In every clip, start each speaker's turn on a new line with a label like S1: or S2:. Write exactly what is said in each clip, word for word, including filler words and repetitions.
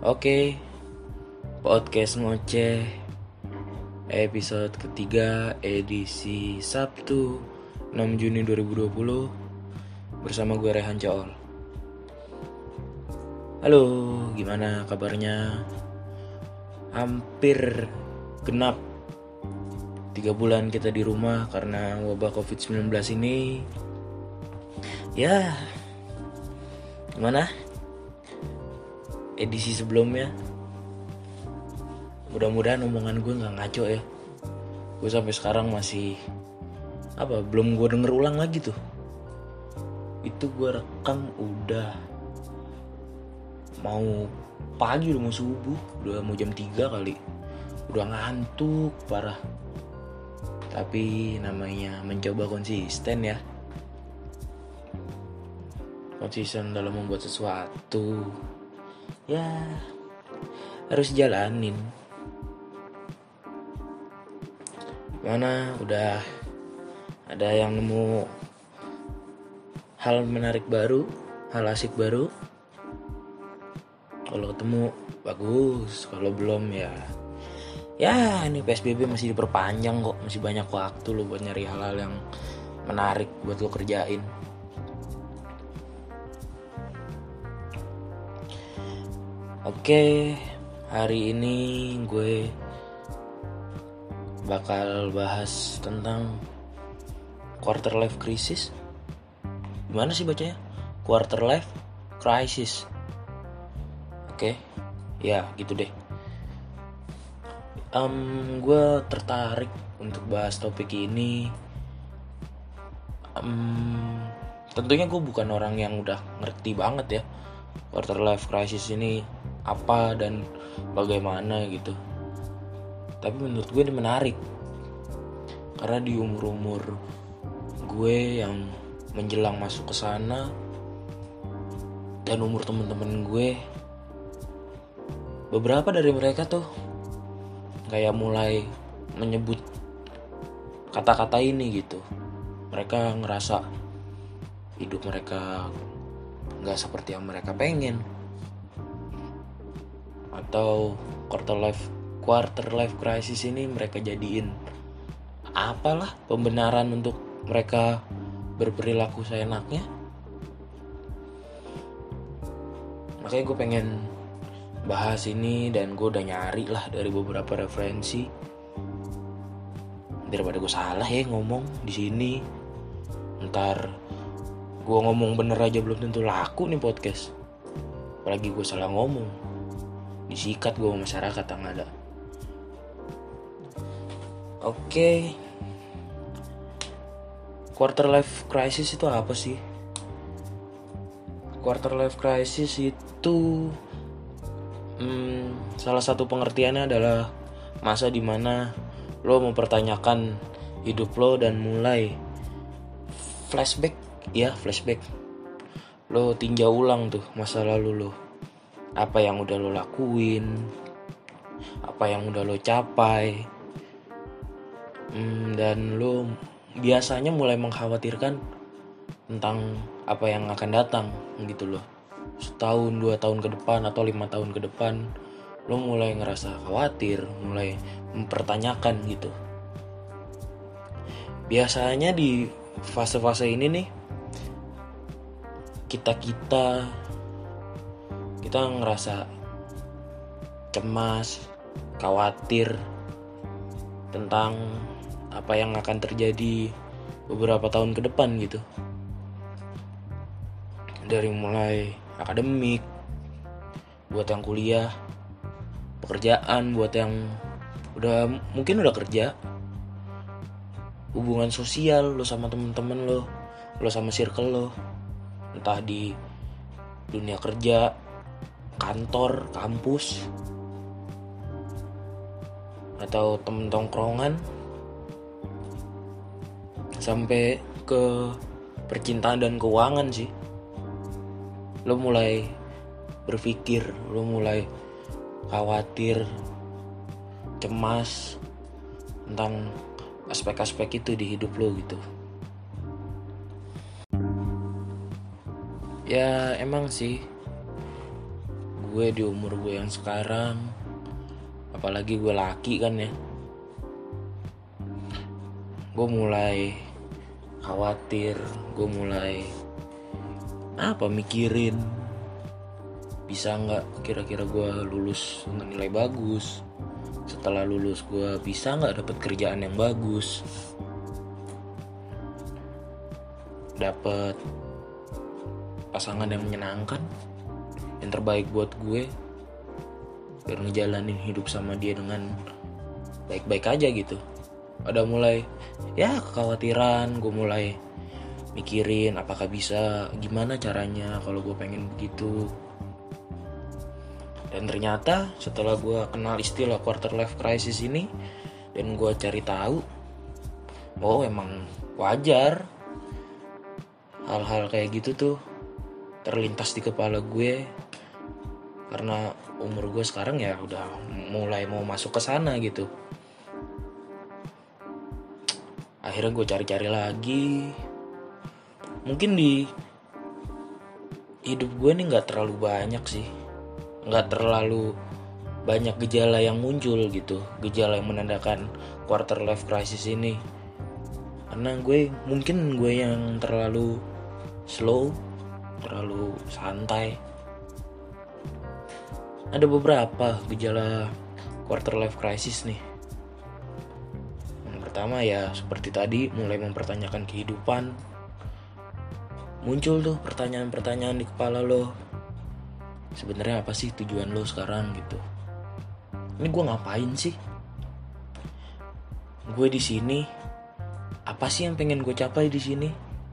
S1: Oke, podcast ngoceh episode ketiga edisi Sabtu enam Juni dua ribu dua puluh bersama gue Rehan Cool. Halo, gimana kabarnya? Hampir genap tiga bulan kita di rumah karena wabah covid sembilan belas ini. Ya, gimana? Edisi sebelumnya, mudah-mudahan omongan gue gak ngaco ya. Gue sampai sekarang masih apa belum gue denger ulang lagi tuh. Itu gue rekam udah mau pagi, udah mau subuh, udah mau jam tiga kali. Udah ngantuk parah. Tapi namanya mencoba konsisten ya. Konsisten dalam membuat sesuatu, ya harus jalanin. Mana udah ada yang nemu hal menarik baru, hal asik baru? Kalau ketemu bagus, kalau belum ya ya ini P S B B masih diperpanjang kok, masih banyak waktu lo buat nyari hal-hal yang menarik buat lo kerjain. Oke, hari ini gue bakal bahas tentang quarter life crisis. Gimana sih bacanya? Quarter life crisis. Oke, ya gitu deh. Um, gue tertarik untuk bahas topik ini. Um, tentunya gue bukan orang yang udah ngerti banget ya quarter life crisis ini apa dan bagaimana gitu. Tapi menurut gue ini menarik karena di umur-umur gue yang menjelang masuk ke sana dan umur temen-temen gue, beberapa dari mereka tuh kayak mulai menyebut kata-kata ini gitu. Mereka ngerasa hidup mereka gak seperti yang mereka pengen, atau quarter life quarter life crisis ini mereka jadiin apalah pembenaran untuk mereka berperilaku seenaknya. Makanya gue pengen bahas ini dan gue udah nyari lah dari beberapa referensi daripada gue salah ya ngomong di sini. Ntar gue ngomong bener aja belum tentu laku nih podcast, apalagi gue salah ngomong, disikat gue sama masyarakat yang ada. Oke, quarter life crisis itu apa sih? Quarter life crisis itu hmm, salah satu pengertiannya adalah masa dimana lo mempertanyakan hidup lo dan mulai flashback. Ya flashback, lo tinjau ulang tuh masa lalu lo, apa yang udah lo lakuin, apa yang udah lo capai, hmm, dan lo biasanya mulai mengkhawatirkan tentang apa yang akan datang gitu loh. Setahun, dua tahun ke depan atau lima tahun ke depan, lo mulai ngerasa khawatir, mulai mempertanyakan gitu. Biasanya di fase-fase ini nih kita-kita kita ngerasa cemas, khawatir tentang apa yang akan terjadi beberapa tahun ke depan gitu. Dari mulai akademik, buat yang kuliah, pekerjaan buat yang udah mungkin udah kerja, hubungan sosial lo sama temen-temen lo, lo sama circle lo, entah di dunia kerja, kantor, kampus, atau temen tongkrongan, sampai ke percintaan dan keuangan sih. Lo mulai berpikir, lo mulai khawatir, cemas tentang aspek-aspek itu di hidup lo gitu. Ya emang sih gue di umur gue yang sekarang, apalagi gue laki kan ya, gue mulai khawatir, gue mulai apa mikirin bisa nggak kira-kira gue lulus dengan nilai bagus, setelah lulus gue bisa nggak dapet kerjaan yang bagus, dapet pasangan yang menyenangkan, yang terbaik buat gue, biar ngejalanin hidup sama dia dengan baik-baik aja gitu. Ada mulai ya kekhawatiran, gue mulai mikirin apakah bisa, gimana caranya kalau gue pengen begitu. Dan ternyata setelah gue kenal istilah quarter life crisis ini dan gue cari tahu, oh emang wajar hal-hal kayak gitu tuh terlintas di kepala gue, karena umur gue sekarang ya udah mulai mau masuk ke sana gitu. Akhirnya gue cari-cari lagi. Mungkin di hidup gue nih gak terlalu banyak sih, gak terlalu banyak gejala yang muncul gitu, gejala yang menandakan quarter life crisis ini. Karena gue, mungkin gue yang terlalu slow, terlalu santai. Ada beberapa gejala quarter life crisis nih. Yang pertama ya seperti tadi, mulai mempertanyakan kehidupan. Muncul tuh pertanyaan-pertanyaan di kepala lo. Sebenarnya apa sih tujuan lo sekarang gitu? Ini gue ngapain sih? Gue di sini apa sih yang pengen gue capai di sini?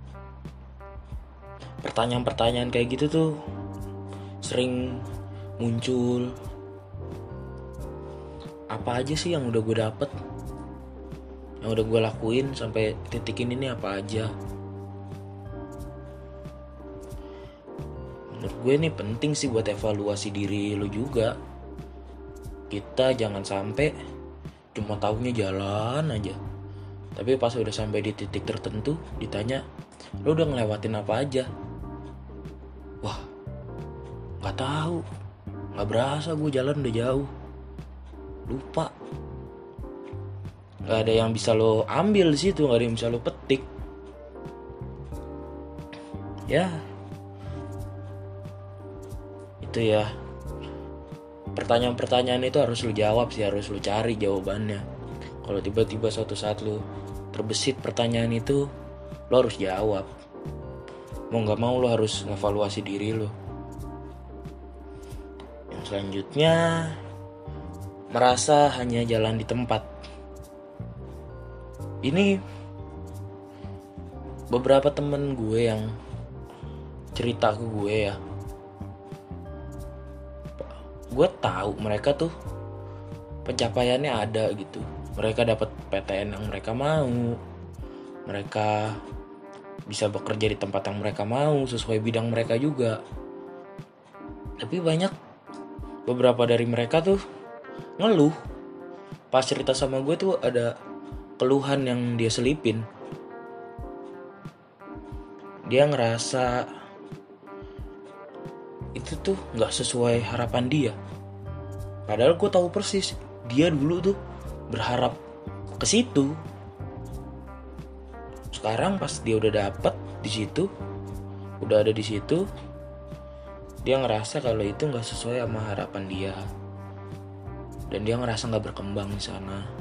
S1: Pertanyaan-pertanyaan kayak gitu tuh sering muncul. Apa aja sih yang udah gue dapet, yang udah gue lakuin sampai titik ini nih, apa aja? Menurut gue ini penting sih buat evaluasi diri lo juga. Kita jangan sampai cuma taunya jalan aja, tapi pas udah sampai di titik tertentu ditanya, lo udah ngelewatin apa aja? Wah, gak tahu, gak berasa gue jalan udah jauh, lupa. Gak ada yang bisa lo ambil di situ, gak ada yang bisa lo petik. Ya, itu ya, pertanyaan-pertanyaan itu harus lu jawab sih, harus lu cari jawabannya. Kalau tiba-tiba suatu saat lu terbesit pertanyaan itu, lu harus jawab. Mau gak mau lu harus ngevaluasi diri lu. Yang selanjutnya, merasa hanya jalan di tempat. Ini beberapa temen gue yang cerita ke gue ya, gue tahu mereka tuh pencapaiannya ada gitu. Mereka dapat P T N yang mereka mau, mereka bisa bekerja di tempat yang mereka mau sesuai bidang mereka juga. Tapi banyak beberapa dari mereka tuh ngeluh. Pas cerita sama gue tuh ada keluhan yang dia selipin. Dia ngerasa itu tuh nggak sesuai harapan dia. Padahal gue tahu persis dia dulu tuh berharap ke situ. Sekarang pas dia udah dapet di situ, udah ada di situ, dia ngerasa kalau itu nggak sesuai sama harapan dia, dan dia ngerasa nggak berkembang di sana.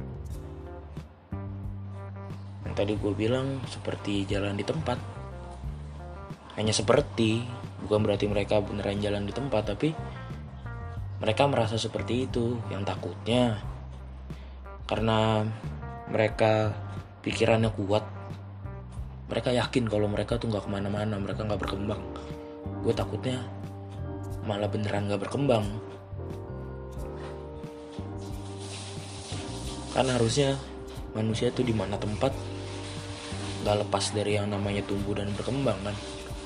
S1: Yang tadi gue bilang seperti jalan di tempat. Hanya seperti, bukan berarti mereka beneran jalan di tempat, tapi mereka merasa seperti itu. Yang takutnya karena mereka pikirannya kuat, mereka yakin kalau mereka tuh gak kemana-mana, mereka gak berkembang. Gue takutnya malah beneran gak berkembang. Kan harusnya manusia tuh di mana tempat gak lepas dari yang namanya tumbuh dan berkembang kan.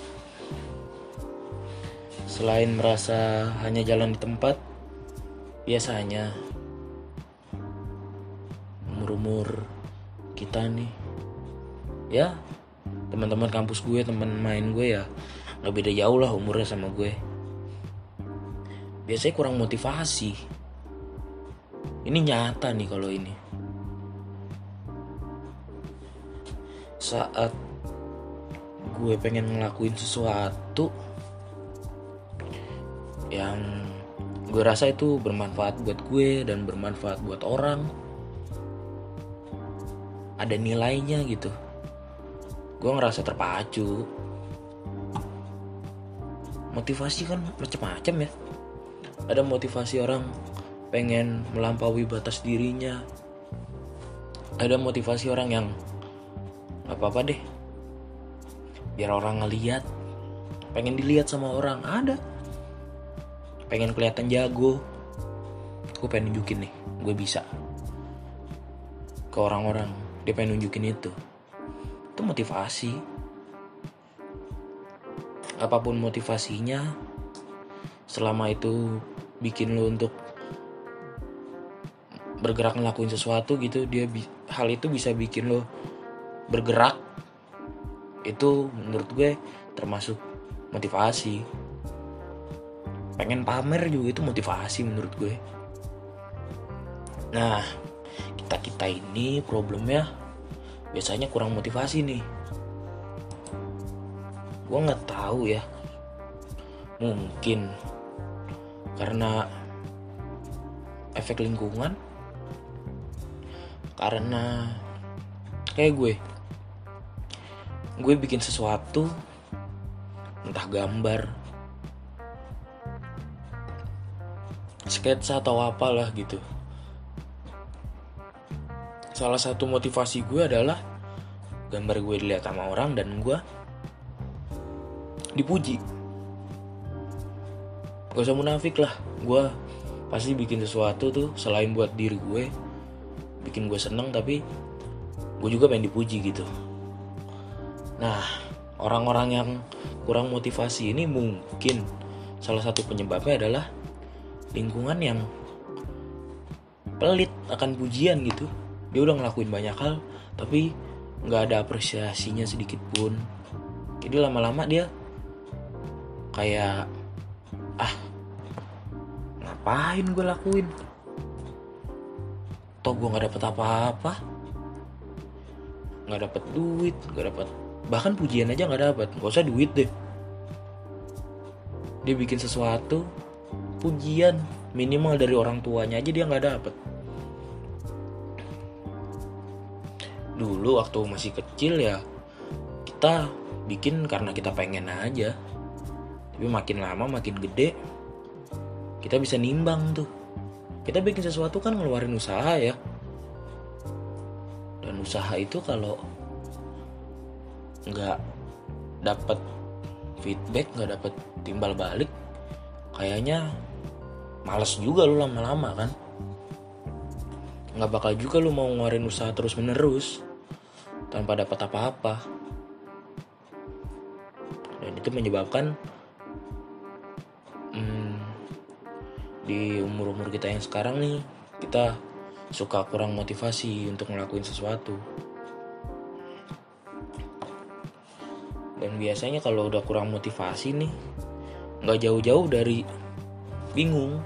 S1: Selain merasa hanya jalan di tempat, biasanya umur-umur kita nih, ya teman-teman kampus gue, teman main gue ya gak beda jauh lah umurnya sama gue. biasanya kurang motivasi. Ini nyata nih kalau ini. Saat gue pengen ngelakuin sesuatu yang gue rasa itu bermanfaat buat gue dan bermanfaat buat orang, ada nilainya gitu, gue ngerasa terpacu. Motivasi kan macam-macam ya. Ada motivasi orang pengen melampaui batas dirinya. Ada motivasi orang yang gak apa-apa deh, biar orang ngeliat, pengen dilihat sama orang. Ada pengen kelihatan jago, gue pengen nunjukin nih gue bisa ke orang-orang. Dia pengen nunjukin itu. Itu motivasi. Apapun motivasinya, selama itu bikin lo untuk bergerak ngelakuin sesuatu gitu, dia hal itu bisa bikin lo bergerak. Itu menurut gue termasuk motivasi. Pengen pamer juga itu motivasi menurut gue. Nah, kita-kita ini problemnya biasanya kurang motivasi nih. Gue gak tahu ya, mungkin karena efek lingkungan, karena kayak gue gue bikin sesuatu, entah gambar, sketsa atau apalah gitu, salah satu motivasi gue adalah gambar gue dilihat sama orang dan gue dipuji. Gak usah munafik lah, gue pasti bikin sesuatu tuh selain buat diri gue, bikin gue seneng, tapi gue juga pengen dipuji gitu. Nah, orang-orang yang kurang motivasi ini mungkin salah satu penyebabnya adalah lingkungan yang pelit akan pujian gitu. Dia udah ngelakuin banyak hal tapi gak ada apresiasinya sedikit pun. Jadi lama-lama dia kayak, ah ngapain gue lakuin, toh gue gak dapet apa-apa, gak dapet duit, gak dapet, bahkan pujian aja gak dapet, gak usah duit deh. Dia bikin sesuatu, pujian minimal dari orang tuanya aja dia gak dapet. Dulu waktu masih kecil ya kita bikin karena kita pengen aja. Tapi makin lama makin gede kita bisa nimbang tuh. Kita bikin sesuatu kan ngeluarin usaha ya. Dan usaha itu kalau gak dapet feedback, gak dapet timbal balik, kayaknya males juga lu lama-lama kan. Gak bakal juga lu mau ngeluarin usaha terus menerus tanpa dapat apa-apa. Dan itu menyebabkan hmm, di umur-umur kita yang sekarang nih, kita suka kurang motivasi untuk ngelakuin sesuatu. Dan biasanya kalau udah kurang motivasi nih, gak jauh-jauh dari bingung.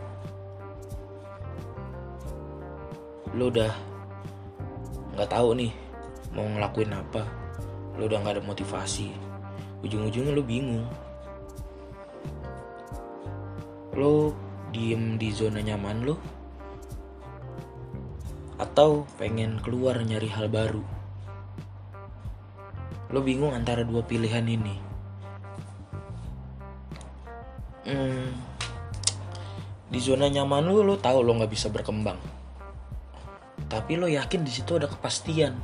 S1: Lo udah gak tahu nih mau ngelakuin apa, lo udah gak ada motivasi, ujung-ujungnya lo bingung. Lo diem di zona nyaman lo, atau pengen keluar nyari hal baru. Lo bingung antara dua pilihan ini. hmm, Di zona nyaman lo, lo tahu lo gak bisa berkembang, tapi lo yakin di situ ada kepastian.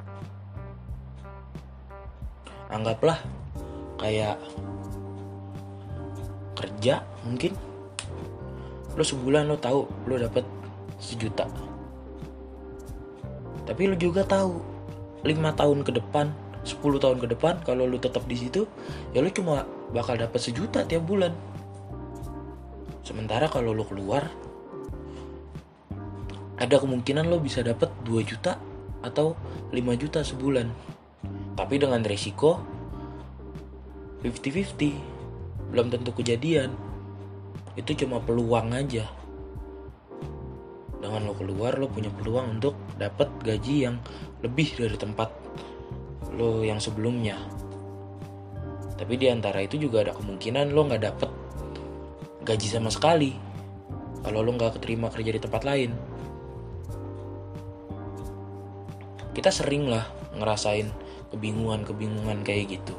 S1: Anggaplah kayak kerja, mungkin lo sebulan lo tahu lo dapet sejuta, tapi lo juga tahu lima tahun ke depan, sepuluh tahun ke depan kalau lo tetap di situ ya lo cuma bakal dapet sejuta tiap bulan. Sementara kalau lo keluar, ada kemungkinan lo bisa dapet dua juta atau lima juta sebulan. Tapi dengan resiko lima puluh lima puluh, belum tentu kejadian. itu cuma peluang aja. Dengan lo keluar, lo punya peluang untuk dapat gaji yang lebih dari tempat lo yang sebelumnya. Tapi di antara itu juga ada kemungkinan lo nggak dapet gaji sama sekali kalau lo nggak keterima kerja di tempat lain. Kita sering lah ngerasain kebingungan-kebingungan kayak gitu.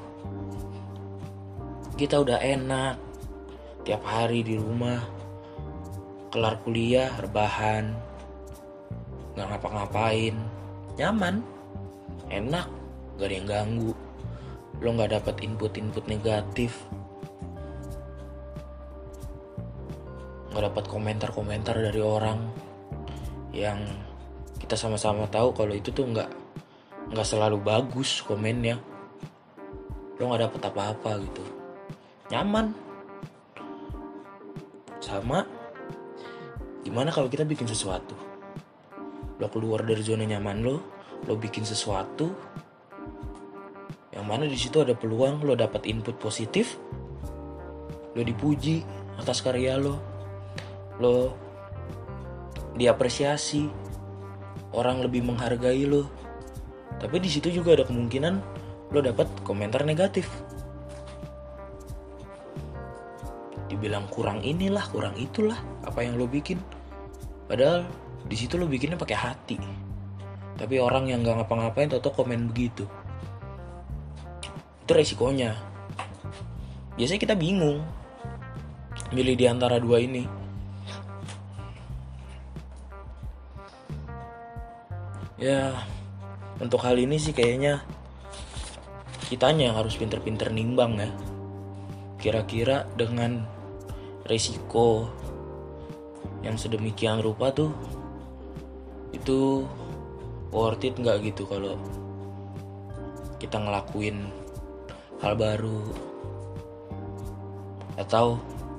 S1: Kita udah enak tiap hari di rumah, kelar kuliah, rebahan, gak ngapa-ngapain, nyaman, enak, gak ada yang ganggu. Lo gak dapet input-input negatif, gak dapet komentar-komentar dari orang yang kita sama-sama tahu kalau itu tuh gak, gak selalu bagus komennya. Lo gak dapet apa-apa gitu, nyaman. Sama gimana kalau kita bikin sesuatu, lo keluar dari zona nyaman lo, lo bikin sesuatu yang mana di situ ada peluang lo dapat input positif, lo dipuji atas karya lo, lo diapresiasi, orang lebih menghargai lo. Tapi di situ juga ada kemungkinan lo dapat komentar negatif, dibilang kurang inilah, kurang itulah apa yang lo bikin. Padahal di situ lo bikinnya pakai hati. Tapi orang yang nggak ngapa-ngapain tau-tau komen begitu. Itu resikonya. Biasanya kita bingung milih di antara dua ini. Ya, untuk hal ini sih kayaknya kitanya yang harus pinter-pinter nimbang ya. Kira-kira dengan resiko yang sedemikian rupa tuh, itu worth it gak gitu kalau kita ngelakuin hal baru. Atau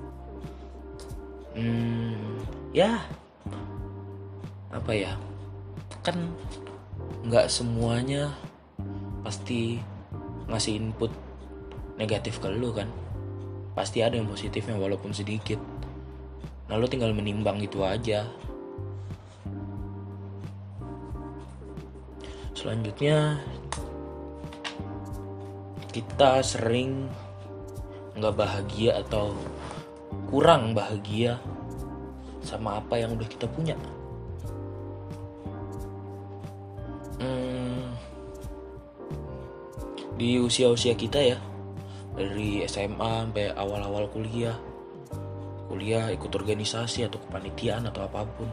S1: hmm, ya apa ya, kan gak semuanya pasti ngasih input negatif ke lu kan. Pasti ada yang positifnya walaupun sedikit. Nah lo tinggal menimbang itu aja. Selanjutnya, kita sering gak bahagia atau kurang bahagia sama apa yang udah kita punya. hmm, Di usia-usia kita ya, dari S M A sampai awal-awal kuliah, kuliah ikut organisasi atau kepanitiaan atau apapun,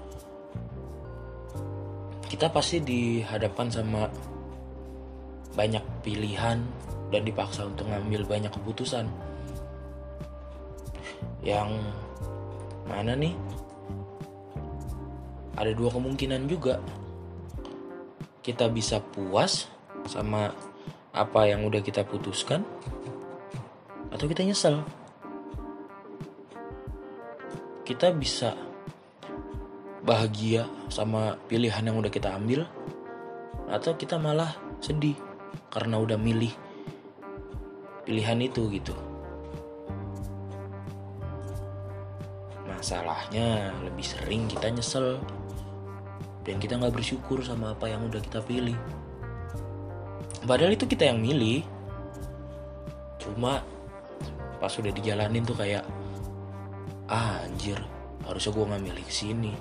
S1: kita pasti dihadapkan sama banyak pilihan dan dipaksa untuk ngambil banyak keputusan. Yang mana nih, ada dua kemungkinan juga. Kita bisa puas sama apa yang udah kita putuskan, atau kita nyesel. Kita bisa bahagia sama pilihan yang udah kita ambil, atau kita malah sedih karena udah milih pilihan itu gitu. Masalahnya lebih sering kita nyesel dan kita gak bersyukur sama apa yang udah kita pilih. Padahal itu kita yang milih, cuma pas udah dijalanin tuh kayak, ah anjir, harusnya gue gak milih kesini.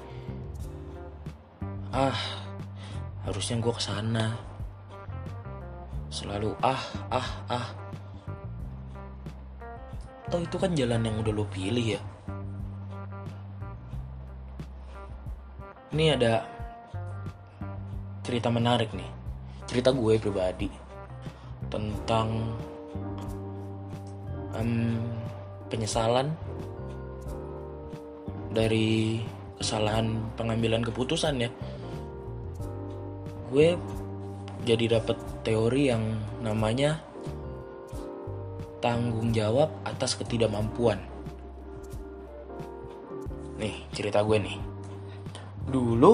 S1: Ah, harusnya gue kesana. Selalu ah, ah, ah. Toh itu kan jalan yang udah lo pilih ya. Ini ada cerita menarik nih, cerita gue pribadi tentang um, penyesalan dari kesalahan pengambilan keputusan ya. Gue jadi dapet teori yang namanya tanggung jawab atas ketidakmampuan. Nih cerita gue nih. Dulu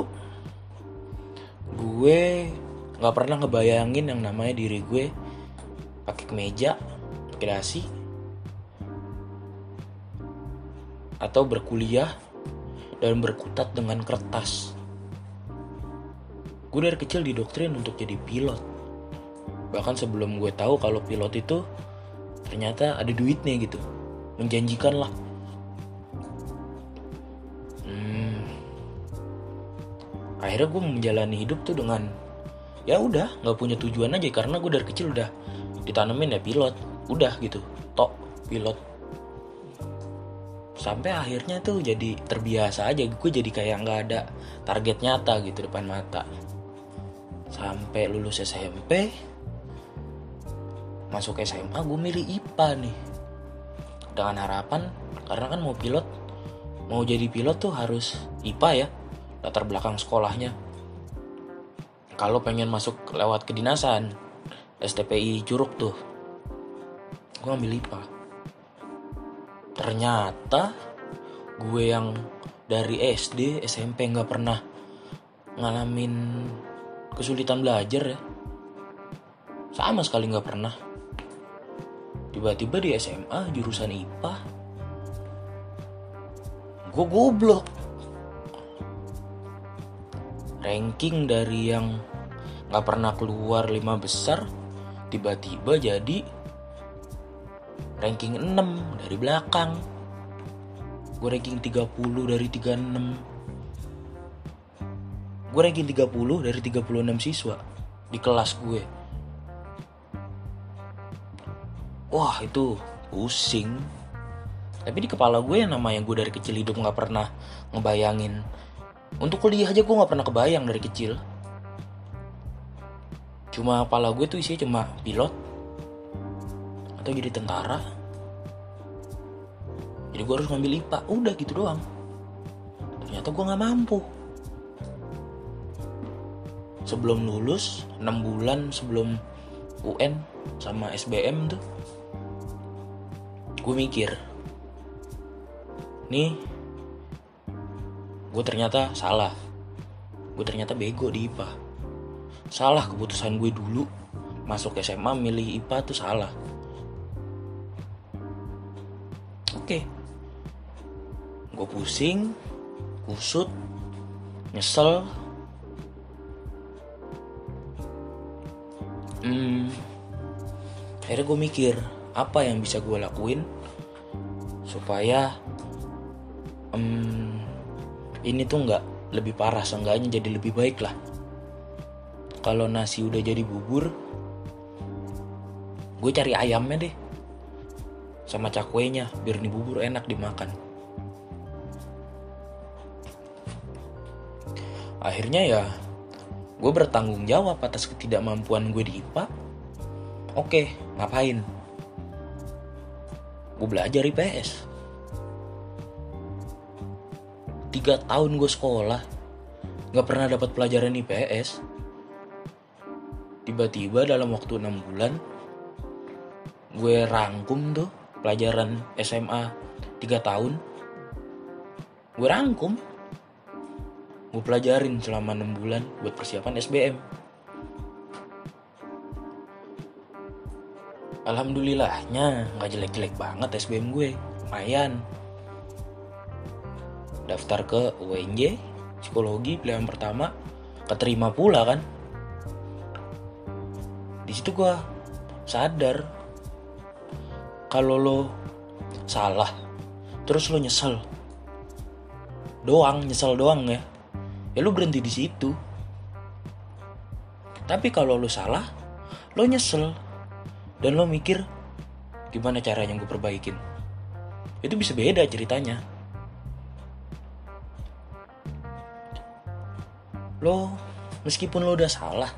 S1: gue gak pernah ngebayangin yang namanya diri gue pakai kemeja, pakai dasi, atau berkuliah dan berkutat dengan kertas. Gue dari kecil didoktrin untuk jadi pilot. Bahkan sebelum gue tahu kalau pilot itu ternyata ada duitnya gitu, menjanjikan lah. Hmm. Akhirnya gue menjalani hidup tuh dengan ya udah nggak punya tujuan aja, karena gue dari kecil udah ditanemin ya pilot, udah gitu, tok pilot. Sampai akhirnya tuh jadi terbiasa aja, gue jadi kayak nggak ada target nyata gitu depan mata. Sampai lulus S M P, masuk S M A, gue milih I P A nih, dengan harapan karena kan mau pilot, mau jadi pilot tuh harus I P A ya, latar belakang sekolahnya. Kalau pengen masuk lewat kedinasan S T P I Curug tuh, gue ambil I P A. Ternyata gue yang dari S D, S M P gak pernah ngalamin kesulitan belajar ya, sama sekali gak pernah. Tiba-tiba di S M A jurusan I P A, gue goblok. Ranking dari yang gak pernah keluar lima besar, tiba-tiba jadi ranking enam dari belakang. Gue ranking tiga puluh dari tiga puluh enam. Gue ranking tiga puluh dari tiga puluh enam siswa di kelas gue. Wah, itu pusing. Tapi di kepala gue yang namanya gue dari kecil hidup gak pernah ngebayangin. Untuk kuliah aja gue gak pernah kebayang dari kecil. Cuma kepala gue tuh isinya cuma pilot atau jadi tentara. Jadi gue harus ngambil I P A, udah gitu doang. Ternyata gue gak mampu. Sebelum lulus, enam bulan sebelum U N sama S B M tuh, gue mikir, nih gue ternyata salah. Gue ternyata bego di I P A. Salah keputusan gue dulu masuk S M A milih I P A tuh salah. Oke, gue pusing, kusut, nyesel. Hmm, akhirnya gue mikir apa yang bisa gue lakuin supaya um, ini tuh nggak lebih parah, seenggaknya jadi lebih baik lah. Kalau nasi udah jadi bubur, gue cari ayamnya deh sama cakwenya biar nih bubur enak dimakan. Akhirnya ya gue bertanggung jawab atas ketidakmampuan gue di I P A. Oke, ngapain? Gue belajar I P S. Tiga tahun gue sekolah gak pernah dapat pelajaran I P S. Tiba-tiba dalam waktu enam bulan gue rangkum tuh pelajaran S M A tiga tahun. Gue rangkum, gue pelajarin selama enam bulan buat persiapan S B M. Alhamdulillahnya gak jelek-jelek banget S B M gue, lumayan. Daftar ke U N J psikologi pilihan pertama, keterima pula kan. Di situ gue sadar kalau lo salah terus lo nyesel doang, nyesel doang ya, ya lo berhenti di situ. Tapi kalau lo salah, lo nyesel dan lo mikir gimana caranya gue perbaikin, itu bisa beda ceritanya. Lo meskipun lo udah salah,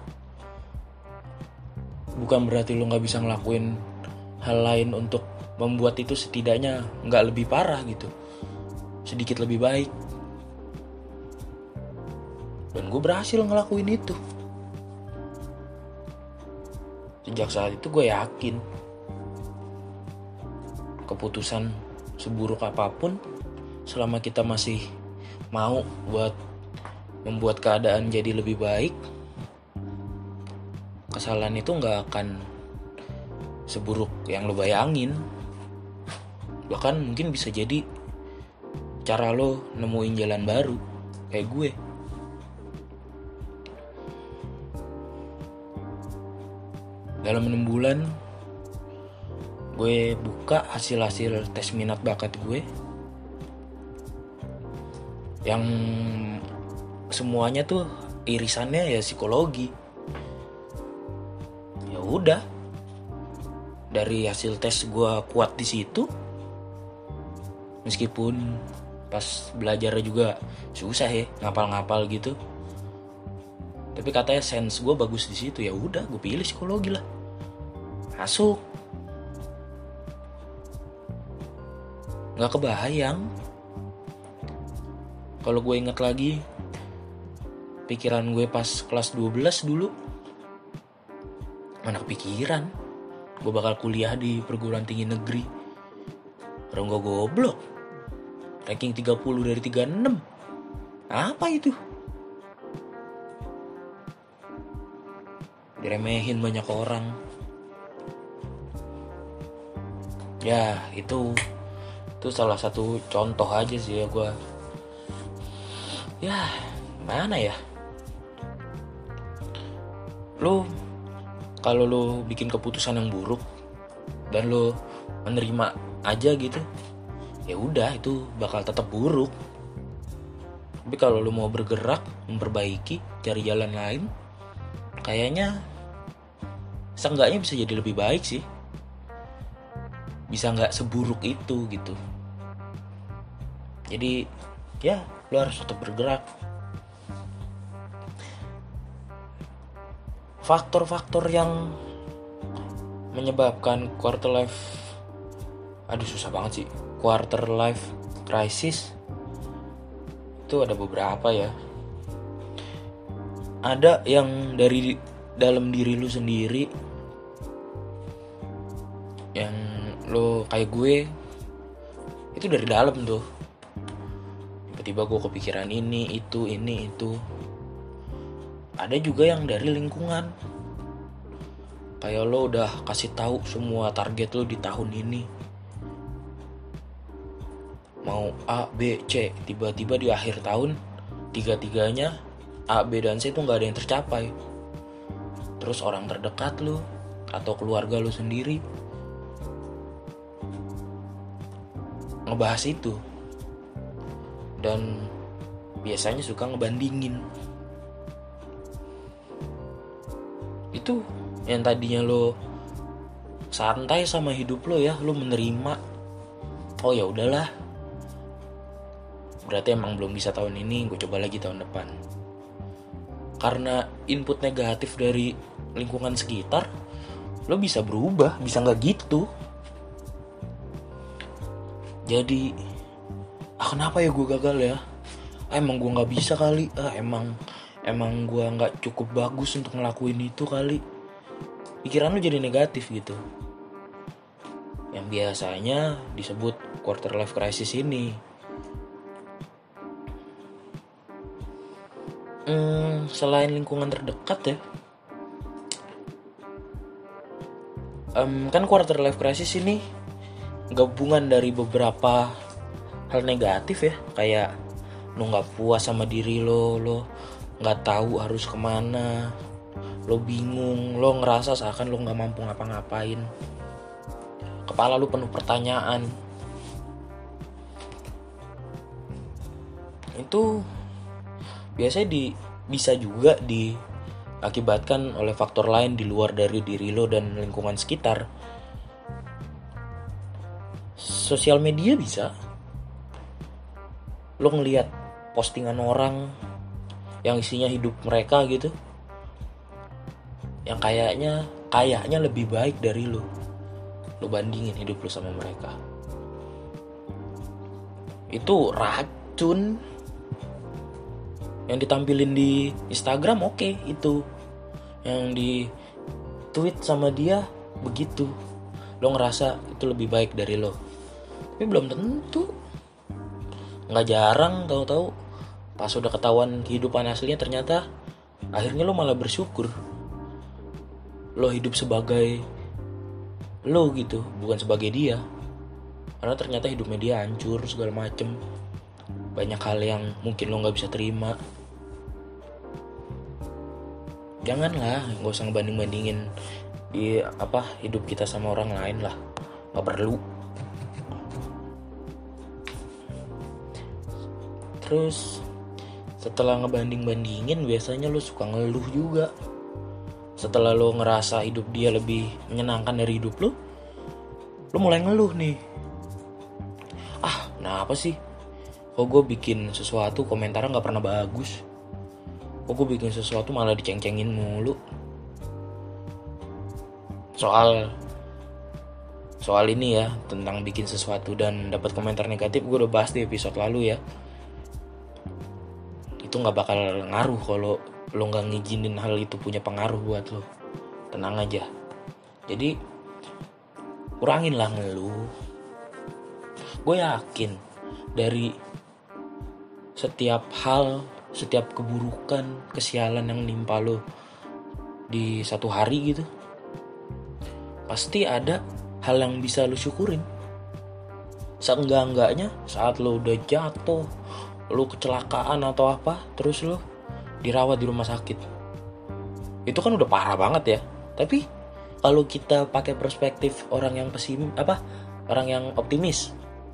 S1: bukan berarti lo gak bisa ngelakuin hal lain untuk membuat itu setidaknya gak lebih parah gitu, sedikit lebih baik. Dan gue berhasil ngelakuin itu. Sejak saat itu gue yakin keputusan seburuk apapun, selama kita masih mau buat membuat keadaan jadi lebih baik, kesalahan itu gak akan seburuk yang lo bayangin. Bahkan mungkin bisa jadi cara lo nemuin jalan baru kayak gue. Dalam enam bulan gue buka hasil-hasil tes minat bakat gue yang semuanya tuh irisannya ya psikologi. Ya udah, dari hasil tes gue kuat di situ, meskipun pas belajarnya juga susah ya, ngapal-ngapal gitu. Tapi katanya sense gue bagus di situ, ya udah gue pilih psikologi lah, masuk. Nggak kebayang. Kalau gue inget lagi pikiran gue pas kelas dua belas dulu, mana kepikiran gue bakal kuliah di perguruan tinggi negeri. Orang gue goblok, ranking tiga puluh dari tiga puluh enam. Apa itu? Diremehin banyak orang. Ya itu Itu salah satu contoh aja sih ya gue. Ya mana ya, Lo kalau lo bikin keputusan yang buruk dan lo menerima aja gitu, ya udah itu bakal tetap buruk. Tapi kalau lo mau bergerak, memperbaiki, cari jalan lain, kayaknya seenggaknya bisa jadi lebih baik sih. Bisa nggak seburuk itu gitu. Jadi ya lo harus tetap bergerak. Faktor-faktor yang menyebabkan quarter life, aduh susah banget sih, quarter life crisis itu ada beberapa ya. Ada yang dari dalam diri lu sendiri, yang lo kayak gue itu dari dalam tuh. Tiba-tiba gue kepikiran ini, itu, ini, itu. Ada juga yang dari lingkungan. Kayak lo udah kasih tahu semua target lo di tahun ini, mau A, B, C. Tiba-tiba di akhir tahun tiga-tiganya A, B, dan C itu gak ada yang tercapai. Terus orang terdekat lo atau keluarga lo sendiri ngebahas itu, dan biasanya suka ngebandingin. Itu yang tadinya lo santai sama hidup lo ya, lo menerima, oh ya udahlah, berarti emang belum bisa tahun ini, gue coba lagi tahun depan. Karena input negatif dari lingkungan sekitar, lo bisa berubah, bisa nggak gitu. Jadi, ah kenapa ya gue gagal ya? Ah, emang gue nggak bisa kali. Ah emang emang gue nggak cukup bagus untuk ngelakuin itu kali. Pikiran lu jadi negatif gitu. Yang biasanya disebut quarter life crisis ini. Hmm, selain lingkungan terdekat ya, um, kan quarter life crisis ini gabungan dari beberapa hal negatif ya, kayak lo nggak puas sama diri lo, lo nggak tahu harus kemana, lo bingung, lo ngerasa seakan lo nggak mampu ngapa-ngapain, kepala lo penuh pertanyaan. Itu biasanya di bisa juga diakibatkan oleh faktor lain di luar dari diri lo dan lingkungan sekitar. Sosial media bisa. Lo ngelihat postingan orang yang isinya hidup mereka gitu, yang kayaknya kayaknya lebih baik dari lo. Lo bandingin hidup lo sama mereka. Itu racun. Yang ditampilin di Instagram oke, okay, itu. Yang di tweet sama dia begitu. Lo ngerasa itu lebih baik dari lo. Tapi belum tentu. Nggak jarang tahu-tahu pas udah ketahuan kehidupan aslinya, ternyata akhirnya lo malah bersyukur. Lo hidup sebagai lo gitu, bukan sebagai dia. Karena ternyata hidupnya dia hancur segala macem. banyak hal yang mungkin lo gak bisa terima. Janganlah, gak usah ngebanding-bandingin di apa hidup kita sama orang lain lah, gak perlu. Terus setelah ngebanding-bandingin, biasanya lo suka ngeluh juga. Setelah lo ngerasa hidup dia lebih menyenangkan dari hidup lo, lo mulai ngeluh nih. Ah, kenapa sih? Kok gue bikin sesuatu komentarnya gak pernah bagus? Kok gue bikin sesuatu malah diceng-cengin mulu? Soal Soal ini ya, tentang bikin sesuatu dan dapat komentar negatif, gue udah bahas di episode lalu ya. Itu gak bakal ngaruh kalau lo gak ngizinin hal itu punya pengaruh buat lo. Tenang aja. Jadi kurangin lah ngeluh. Gue yakin dari setiap hal, setiap keburukan, kesialan yang nimpa lo di satu hari gitu, pasti ada hal yang bisa lo syukurin. Seenggak-enggaknya saat lo udah jatuh, lo kecelakaan atau apa, terus lo dirawat di rumah sakit, itu kan udah parah banget ya. Tapi kalau kita pakai perspektif orang yang pesimis, apa orang yang optimis,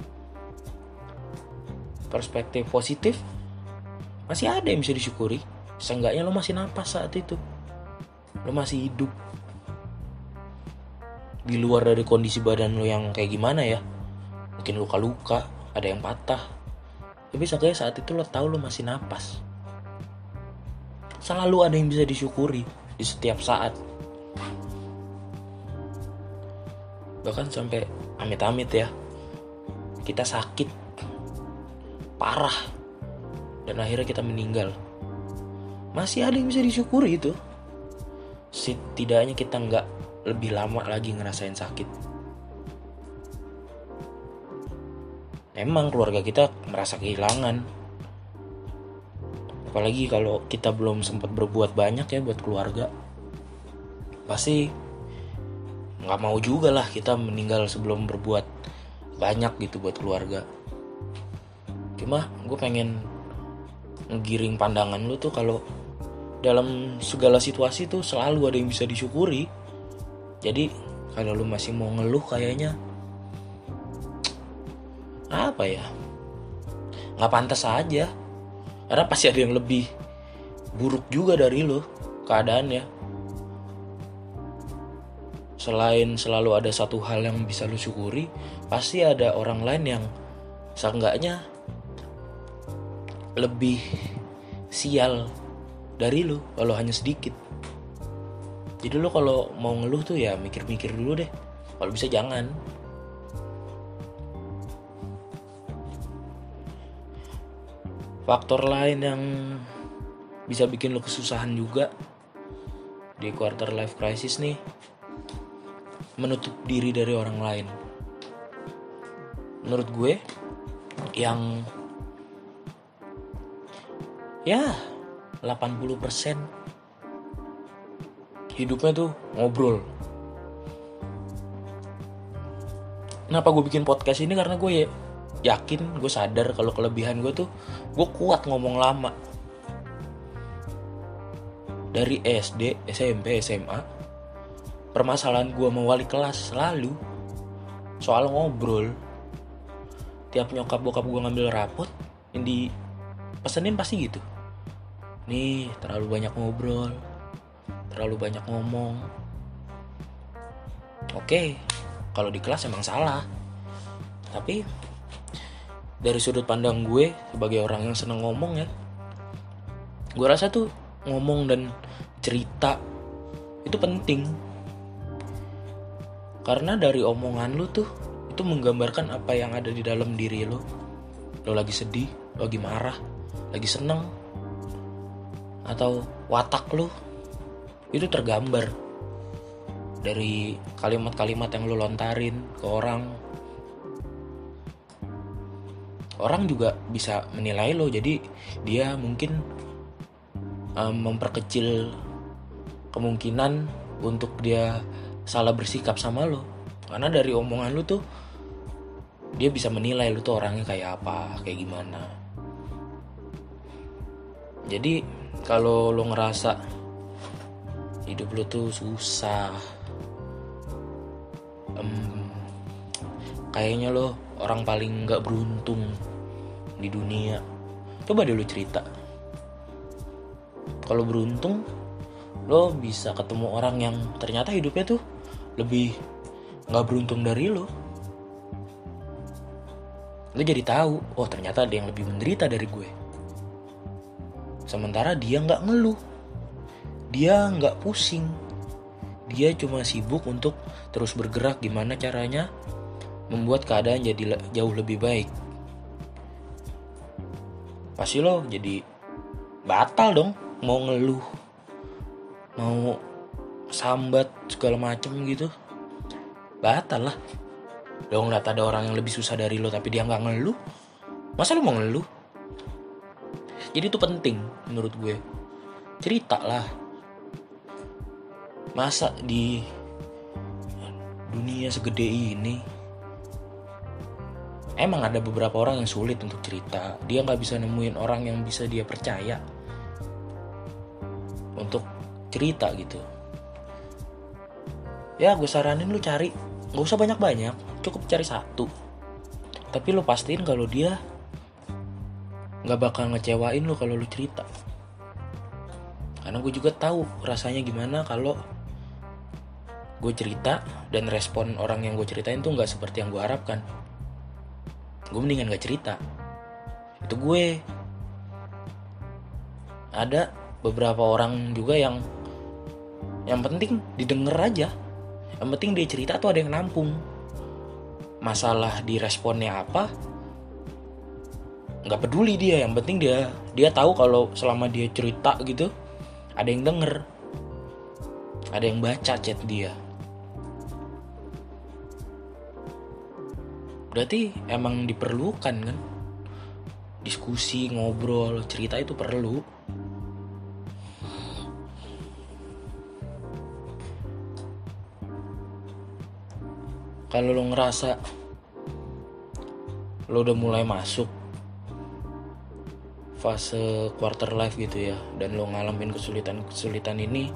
S1: perspektif positif, masih ada yang bisa disyukuri. Seenggaknya lo masih napas saat itu, lo masih hidup. Di luar dari kondisi badan lo yang kayak gimana ya, mungkin luka-luka, ada yang patah, tapi seenggaknya saat itu lo tahu lo masih napas. Selalu ada yang bisa disyukuri di setiap saat. Bahkan sampai amit-amit ya, kita sakit parah dan akhirnya kita meninggal, masih ada yang bisa disyukuri itu. Setidaknya kita gak lebih lama lagi ngerasain sakit. Memang keluarga kita merasa kehilangan, apalagi kalau kita belum sempat berbuat banyak ya buat keluarga. Pasti gak mau juga lah kita meninggal sebelum berbuat banyak gitu buat keluarga. Cuma gue pengen ngegiring pandangan lu tuh, kalau dalam segala situasi tuh selalu ada yang bisa disyukuri. Jadi kalau lu masih mau ngeluh, kayaknya apa ya, gak pantas aja. Karena pasti ada yang lebih buruk juga dari lu keadaannya. Selain selalu ada satu hal yang bisa lu syukuri, pasti ada orang lain yang seenggaknya lebih sial dari lu kalau hanya sedikit. Jadi lu kalau mau ngeluh tuh ya mikir-mikir dulu deh. Kalau bisa jangan. Faktor lain yang bisa bikin lu kesusahan juga di quarter life crisis nih, menutup diri dari orang lain. Menurut gue yang ya delapan puluh persen hidupnya tuh ngobrol. Kenapa gue bikin podcast ini? Karena gue ya yakin, gue sadar kalau kelebihan gue tuh gue kuat ngomong lama. Dari S D, S M P, S M A, permasalahan gue sama wali kelas selalu soal ngobrol. Tiap nyokap bokap gue ngambil rapot, yang dipesenin pasti gitu, nih terlalu banyak ngobrol, terlalu banyak ngomong. Oke, kalau di kelas emang salah, tapi dari sudut pandang gue sebagai orang yang seneng ngomong ya, gue rasa tuh ngomong dan cerita itu penting. Karena dari omongan lu tuh itu menggambarkan apa yang ada di dalam diri lu. Lu lagi sedih, lu lagi marah, lagi seneng, atau watak lu itu tergambar dari kalimat-kalimat yang lu lontarin ke orang. Orang juga bisa menilai lo, jadi dia mungkin um, memperkecil kemungkinan untuk dia salah bersikap sama lo. Karena dari omongan lo tuh dia bisa menilai lo tuh orangnya kayak apa, kayak gimana. Jadi kalau lo ngerasa hidup lo tuh susah, um, kayaknya lo orang paling gak beruntung di dunia, coba deh lo cerita. Kalau beruntung, lo bisa ketemu orang yang ternyata hidupnya tuh lebih gak beruntung dari lo. Lo jadi tahu, oh ternyata ada yang lebih menderita dari gue. Sementara dia gak ngeluh, dia gak pusing, dia cuma sibuk untuk terus bergerak gimana caranya membuat keadaan jadi jauh lebih baik. Pasti lo jadi batal dong, mau ngeluh, mau sambat segala macem gitu, batal lah. Lo ngeliat ada orang yang lebih susah dari lo tapi dia gak ngeluh, masa lo mau ngeluh? Jadi itu penting menurut gue, cerita lah. Masa di dunia segede ini emang ada beberapa orang yang sulit untuk cerita. Dia gak bisa nemuin orang yang bisa dia percaya untuk cerita gitu. Ya gue saranin lu cari, gak usah banyak-banyak, cukup cari satu. Tapi lu pastiin kalau dia gak bakal ngecewain lu kalau lu cerita. Karena gue juga tahu rasanya gimana kalau gue cerita dan respon orang yang gue ceritain tuh gak seperti yang gue harapkan. Gue mendingan gak cerita. Itu gue. Ada beberapa orang juga yang yang penting didengar aja. Yang penting dia cerita tuh ada yang nampung. Masalah di responnya apa, gak peduli dia. Yang penting dia dia tahu kalau selama dia cerita gitu ada yang denger, ada yang baca chat dia. Berarti emang diperlukan kan diskusi, ngobrol, cerita itu perlu. Kalau lo ngerasa lo udah mulai masuk fase quarter life gitu ya, dan lo ngalamin kesulitan-kesulitan ini,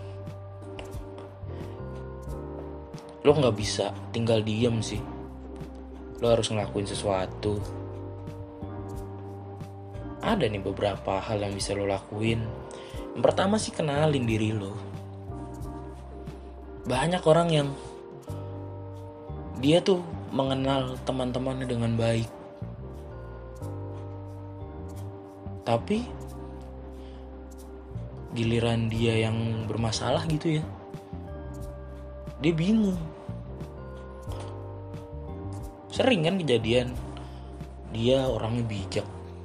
S1: lo gak bisa tinggal diem sih. Lo harus ngelakuin sesuatu. Ada nih beberapa hal yang bisa lo lakuin. Yang pertama sih kenalin diri lo. Banyak orang yang dia tuh mengenal teman-temannya dengan baik, tapi giliran dia yang bermasalah gitu ya, dia bingung. Sering kan kejadian, dia orangnya bijak,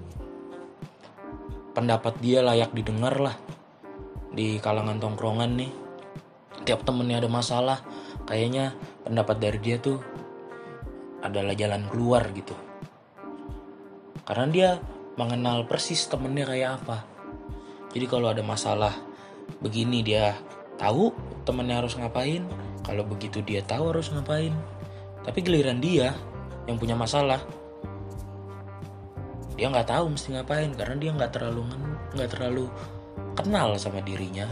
S1: pendapat dia layak didengar lah di kalangan tongkrongan nih. Tiap temennya ada masalah, kayaknya pendapat dari dia tuh adalah jalan keluar gitu. Karena dia mengenal persis temennya kayak apa. Jadi kalau ada masalah begini dia tahu temennya harus ngapain, kalau begitu dia tahu harus ngapain. Tapi giliran dia yang punya masalah, dia nggak tahu mesti ngapain karena dia nggak terlalu nggak terlalu kenal sama dirinya.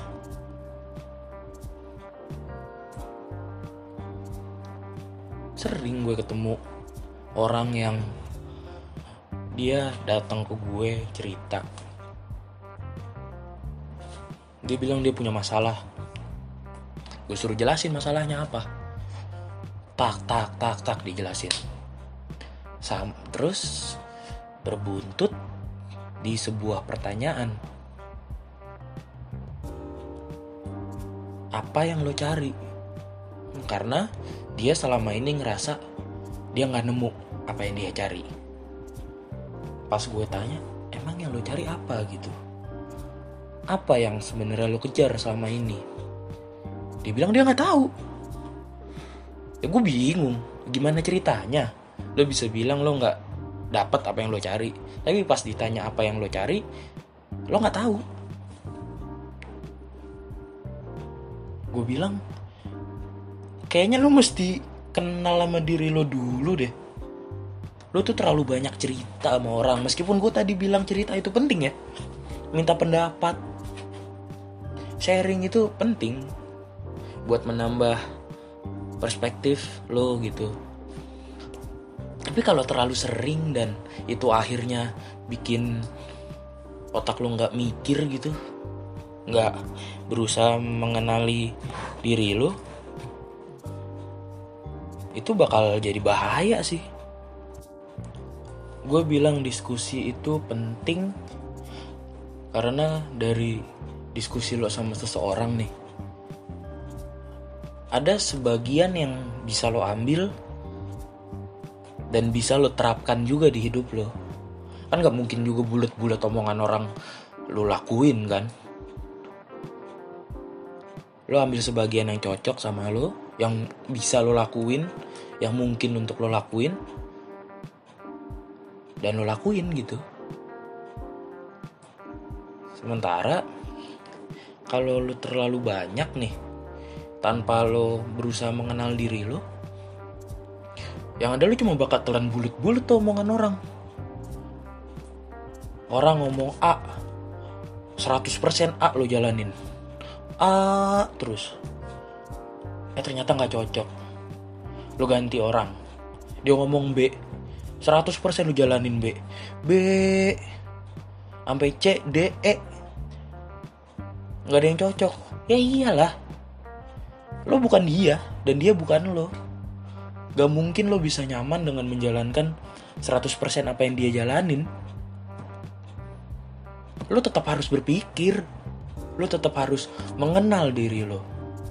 S1: Sering gue ketemu orang yang dia datang ke gue cerita, dia bilang dia punya masalah. Gue suruh jelasin masalahnya apa. Tak tak tak tak dijelasin. Sam, terus berbuntut di sebuah pertanyaan. Apa yang lo cari? Karena dia selama ini ngerasa dia gak nemu apa yang dia cari. Pas gue tanya, emang yang lo cari apa gitu? Apa yang sebenarnya lo kejar selama ini? Dia bilang dia gak tahu. Ya gue bingung, gimana ceritanya? Lo bisa bilang lo gak dapat apa yang lo cari, tapi pas ditanya apa yang lo cari, lo gak tahu. Gue bilang, kayaknya lo mesti kenal sama diri lo dulu deh. Lo tuh terlalu banyak cerita sama orang. Meskipun gue tadi bilang cerita itu penting ya, minta pendapat. Sharing itu penting buat menambah perspektif lo gitu. Tapi kalau terlalu sering dan itu akhirnya bikin otak lo nggak mikir gitu, nggak berusaha mengenali diri lo, itu bakal jadi bahaya sih. Gue bilang diskusi itu penting karena dari diskusi lo sama seseorang nih, ada sebagian yang bisa lo ambil dan bisa lo terapkan juga di hidup lo. Kan gak mungkin juga bulat-bulat omongan orang lo lakuin kan. Lo ambil sebagian yang cocok sama lo, yang bisa lo lakuin, yang mungkin untuk lo lakuin, dan lo lakuin gitu. Sementara kalau lo terlalu banyak nih tanpa lo berusaha mengenal diri lo, yang ada lu cuma bakal telan bulut-bulut tuh omongan orang. Orang ngomong A, seratus persen A lu jalanin. A terus. Eh ternyata gak cocok. Lu ganti orang. Dia ngomong B, seratus persen lu jalanin B. B sampai C, D, E. Gak ada yang cocok. Ya iyalah. Lo bukan dia dan dia bukan lo. Gak mungkin lo bisa nyaman dengan menjalankan seratus persen apa yang dia jalanin. Lo tetap harus berpikir. Lo tetap harus mengenal diri lo.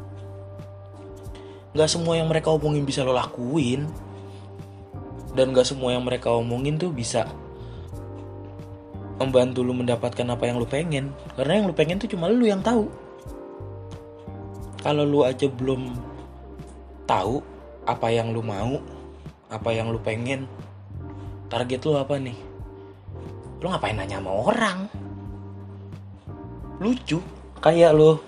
S1: Gak semua yang mereka omongin bisa lo lakuin. Dan gak semua yang mereka omongin tuh bisa membantu lo mendapatkan apa yang lo pengen. Karena yang lo pengen tuh cuma lo yang tahu. Kalau lo aja belum tahu apa yang lu mau, apa yang lu pengen, target lu apa nih, lu ngapain nanya sama orang? Lucu, kayak lu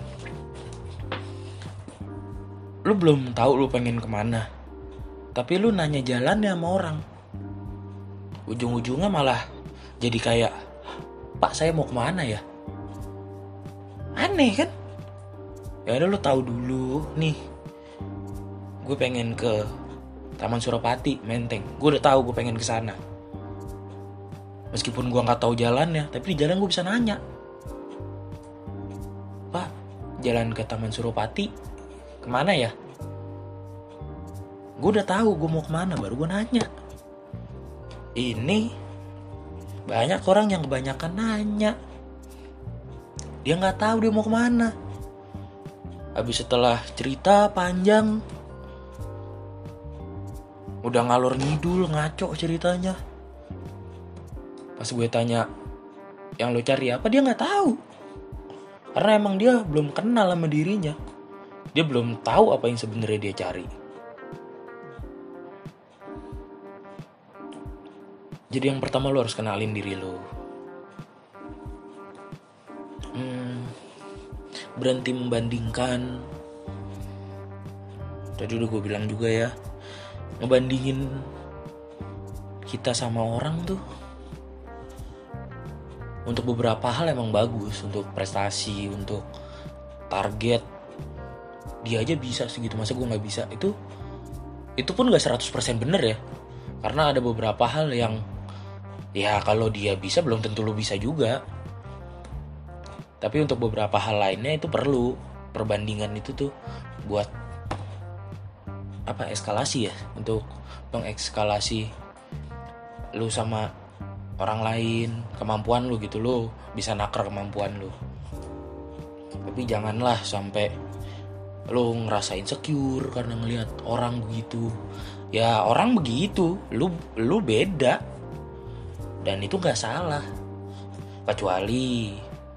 S1: lu belum tahu lu pengen kemana, tapi lu nanya jalannya sama orang. Ujung-ujungnya malah jadi kayak, Pak saya mau kemana ya? Aneh kan? Ya udah lu tahu dulu nih, gue pengen ke Taman Suropati, Menteng. Gue udah tahu gue pengen ke sana. Meskipun gue nggak tahu jalannya, tapi di jalan gue bisa nanya, Pak, jalan ke Taman Suropati kemana ya? Gue udah tahu gue mau kemana, baru gue nanya. Ini banyak orang yang kebanyakan nanya. Dia nggak tahu dia mau kemana. Habis setelah cerita panjang, udah ngalor ngidul, ngaco ceritanya. Pas gue tanya, yang lo cari apa? Dia gak tahu. Karena emang dia belum kenal sama dirinya. Dia belum tahu apa yang sebenarnya dia cari. Jadi yang pertama lo harus kenalin diri lo. hmm, Berhenti membandingkan. Tadi udah gue bilang juga ya, ngebandingin kita sama orang tuh untuk beberapa hal emang bagus, untuk prestasi, untuk target. Dia aja bisa segitu, masa gue gak bisa? Itu itu pun gak seratus persen bener ya. Karena ada beberapa hal yang ya kalau dia bisa belum tentu lu bisa juga. Tapi untuk beberapa hal lainnya itu perlu perbandingan itu tuh buat apa, eskalasi ya, untuk mengekskalasi lu sama orang lain, kemampuan lu gitu, lu bisa naker kemampuan lu. Tapi janganlah sampai lu ngerasa insecure karena ngelihat orang begitu. Ya orang begitu, lu lu beda, dan itu nggak salah, kecuali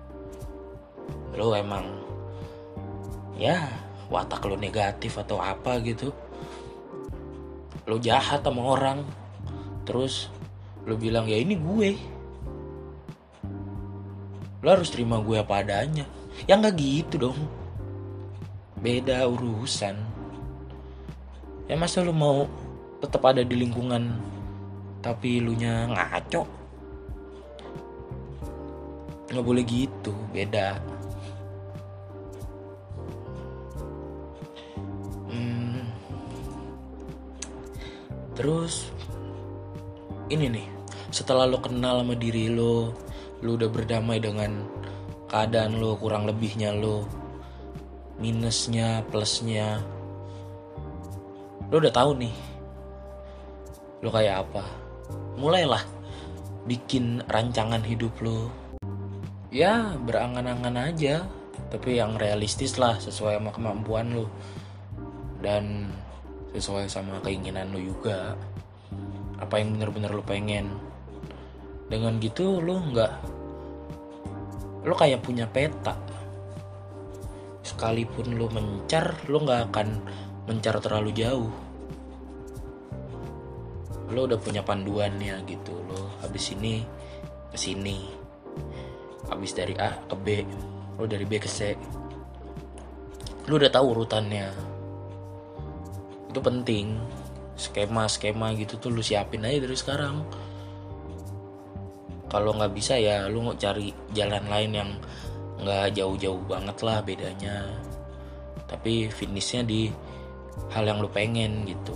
S1: lu emang ya watak lu negatif atau apa gitu. Lo jahat sama orang, terus lo bilang ya ini gue, lo harus terima gue apa adanya. Ya gak gitu dong, beda urusan. Ya masa lo mau tetap ada di lingkungan tapi lu nya ngaco? nggak boleh gitu, beda. hmm, Terus ini nih, setelah lo kenal sama diri lo lo udah berdamai dengan keadaan lo, kurang lebihnya lo, minusnya, plusnya, lo udah tahu nih lo kayak apa. Mulailah bikin rancangan hidup lo. Ya berangan-angan aja, tapi yang realistis lah, sesuai sama kemampuan lo dan sesuai sama keinginan lo juga. Apa yang benar-benar lo pengen. Dengan gitu lo nggak, lo kayak punya peta. Sekalipun lo mencar, lo nggak akan mencar terlalu jauh. Lo udah punya panduannya gitu. Lo habis ini ke sini, habis dari A ke B, lo dari B ke C, lo udah tahu urutannya. Itu penting. Skema-skema gitu tuh lo siapin aja dari sekarang. Kalau nggak bisa ya lo cari jalan lain yang nggak jauh-jauh banget lah bedanya, tapi finishnya di hal yang lo pengen gitu.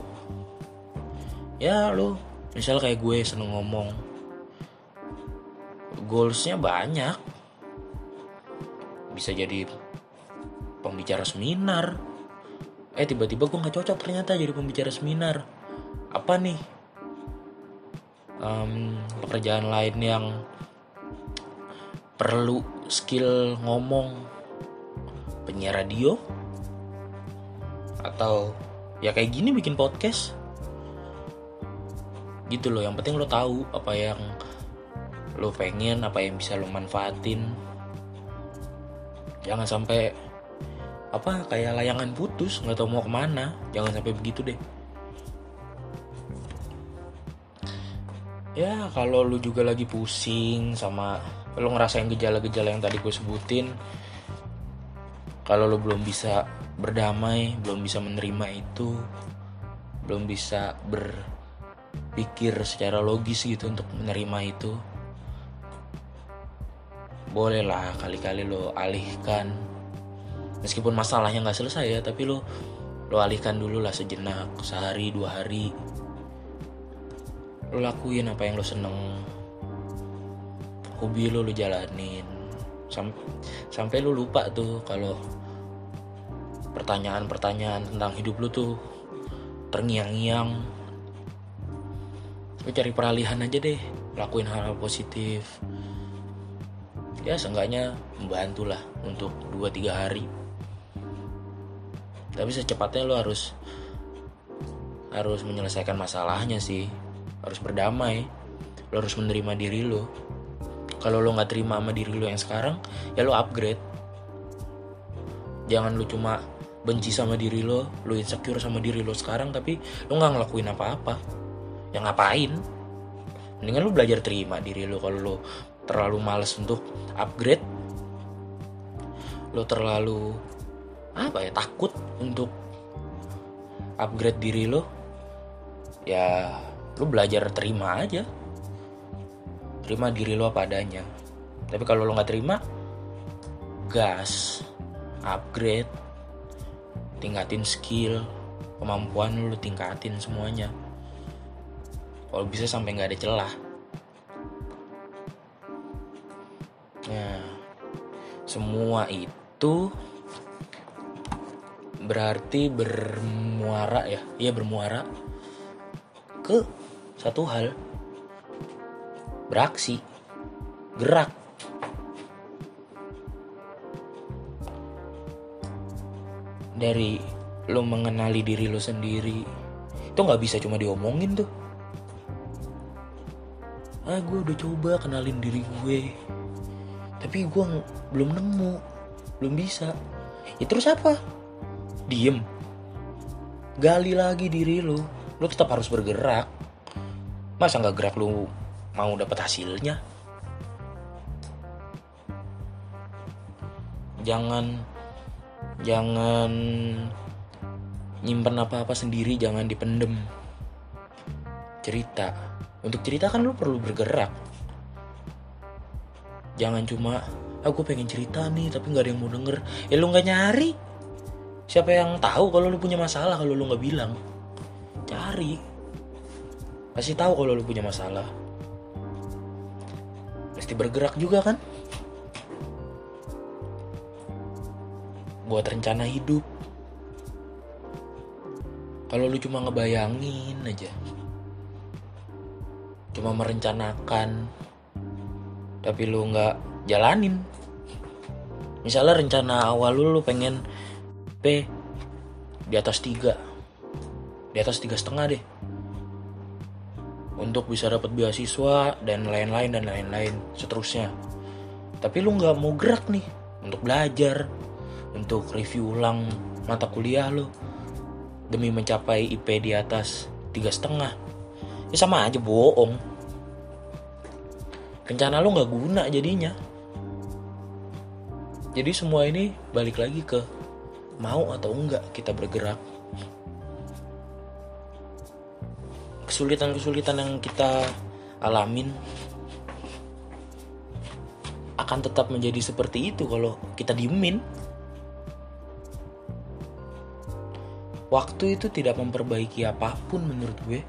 S1: Ya lo misal kayak gue seneng ngomong, goalsnya banyak. Bisa jadi pembicara seminar. Eh tiba-tiba gue gak cocok ternyata jadi pembicara seminar. Apa nih um, pekerjaan lain yang perlu skill ngomong? Penyiar radio? Atau ya kayak gini bikin podcast? Gitu loh, yang penting lo tahu apa yang lo pengen, apa yang bisa lo manfaatin. Jangan sampai apa kayak layangan putus, nggak tahu mau kemana. Jangan sampai begitu deh. Ya kalau lo juga lagi pusing sama lo ngerasain gejala-gejala yang tadi gue sebutin, kalau lo belum bisa berdamai, belum bisa menerima itu, belum bisa berpikir secara logis gitu untuk menerima itu, bolehlah kali-kali lo alihkan. Meskipun masalahnya gak selesai ya, tapi lo lo alihkan dulu lah sejenak, sehari dua hari. Lo lakuin apa yang lo seneng, hobi lo lo jalanin Samp- sampai lo lupa tuh kalau pertanyaan-pertanyaan tentang hidup lo tuh terngiang-ngiang. Lo cari peralihan aja deh, lakuin hal-hal positif. Ya seenggaknya membantu lah untuk dua tiga hari. Tapi secepatnya lo harus harus menyelesaikan masalahnya sih. Harus berdamai. Lo harus menerima diri lo. Kalau lo gak terima sama diri lo yang sekarang, ya lo upgrade. Jangan lo cuma benci sama diri lo, lo insecure sama diri lo sekarang, tapi lo gak ngelakuin apa-apa. Ya ngapain? Mendingan lo belajar terima diri lo. Kalau lo terlalu malas untuk upgrade, lo terlalu apa ya takut untuk upgrade diri lo, ya lo belajar terima aja, terima diri lo apa adanya. Tapi kalau lo nggak terima, gas, upgrade, tingkatin skill, kemampuan lo, lo tingkatin semuanya. Kalau bisa sampai nggak ada celah. Nah, semua itu berarti bermuara ya, iya bermuara ke satu hal, beraksi, gerak. Dari lo mengenali diri lo sendiri, itu nggak bisa cuma diomongin tuh. Ah gue udah coba kenalin diri gue, tapi gue ng- belum nemu, belum bisa. Ya terus apa? Diem, gali lagi diri lo. Lo tetap harus bergerak. Masa nggak gerak lo mau dapat hasilnya? Jangan jangan nyimpen apa-apa sendiri, jangan dipendem. Cerita, untuk cerita kan lo perlu bergerak. Jangan cuma aku pengen cerita nih tapi nggak ada yang mau denger. Ya lu nggak nyari. Siapa yang tahu kalau lu punya masalah kalau lu nggak bilang? Cari. Pasti tahu kalau lu punya masalah. Pasti bergerak juga kan? Buat rencana hidup. Kalau lu cuma ngebayangin aja, cuma merencanakan, tapi lu nggak jalanin. Misalnya rencana awal lu, lu pengen P di atas tiga, di atas tiga setengah deh, untuk bisa dapat beasiswa dan lain-lain dan lain-lain seterusnya. Tapi lu nggak mau gerak nih untuk belajar, untuk review ulang mata kuliah lu demi mencapai I P di atas tiga setengah. Ya sama aja bohong. Rencana lu nggak guna jadinya. Jadi semua ini balik lagi ke mau atau enggak kita bergerak. Kesulitan-kesulitan yang kita alamin akan tetap menjadi seperti itu kalau kita diemin. Waktu itu tidak memperbaiki apapun menurut gue.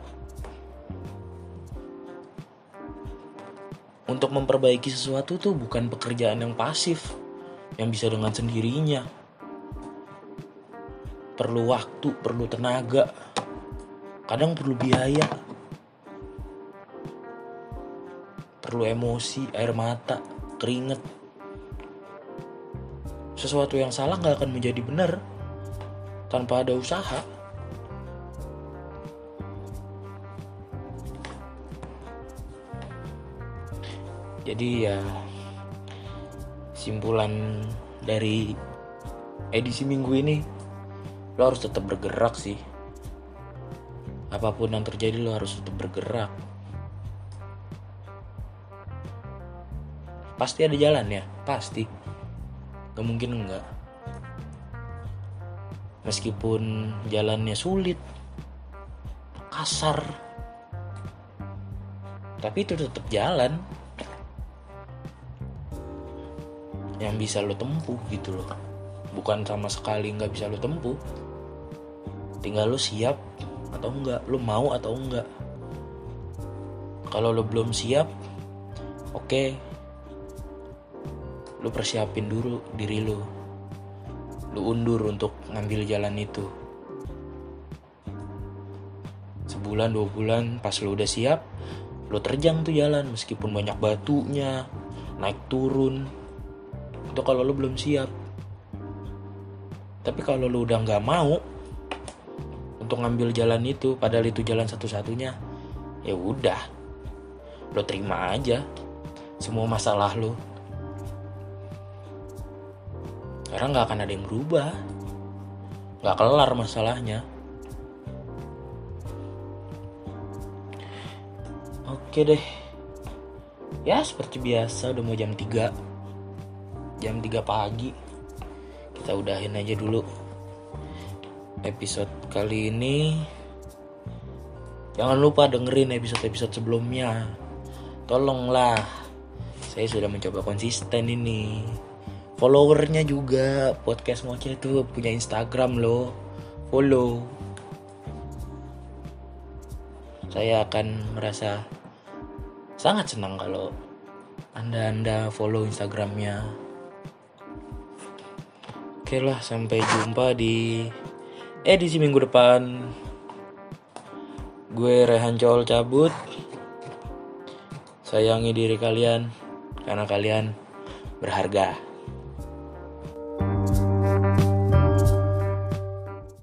S1: Untuk memperbaiki sesuatu tuh bukan pekerjaan yang pasif, yang bisa dengan sendirinya. Perlu waktu, perlu tenaga, kadang perlu biaya, perlu emosi, air mata, keringet. Sesuatu yang salah gak akan menjadi benar tanpa ada usaha. Jadi ya, simpulan dari edisi minggu ini, lo harus tetap bergerak sih. Apapun yang terjadi lo harus tetap bergerak. Pasti ada jalan ya, pasti. Gak mungkin enggak. Meskipun jalannya sulit, kasar, tapi itu tetap jalan yang bisa lo tempuh gitu loh. Bukan sama sekali gak bisa lo tempuh. Tinggal lo siap atau enggak, lo mau atau enggak. Kalau lo belum siap, oke okay, lo persiapin dulu diri lo. Lu undur untuk ngambil jalan itu. Sebulan dua bulan pas lu udah siap, lu terjang tuh jalan meskipun banyak batunya, naik turun. Itu kalau lu belum siap. Tapi kalau lu udah gak mau untuk ngambil jalan itu, padahal itu jalan satu-satunya, ya udah, lu terima aja semua masalah lu. Karena gak akan ada yang berubah, gak kelar masalahnya. Oke deh. Ya seperti biasa udah mau jam tiga. Jam tiga pagi. Kita udahin aja dulu episode kali ini. Jangan lupa dengerin episode-episode sebelumnya. Tolonglah. Saya sudah mencoba konsisten ini. Followernya juga, podcast Moce itu punya Instagram loh, follow. Saya akan merasa sangat senang kalau anda-anda follow Instagramnya. Oke lah, sampai jumpa di edisi minggu depan. Gue Rehan Col cabut. Sayangi diri kalian karena kalian berharga.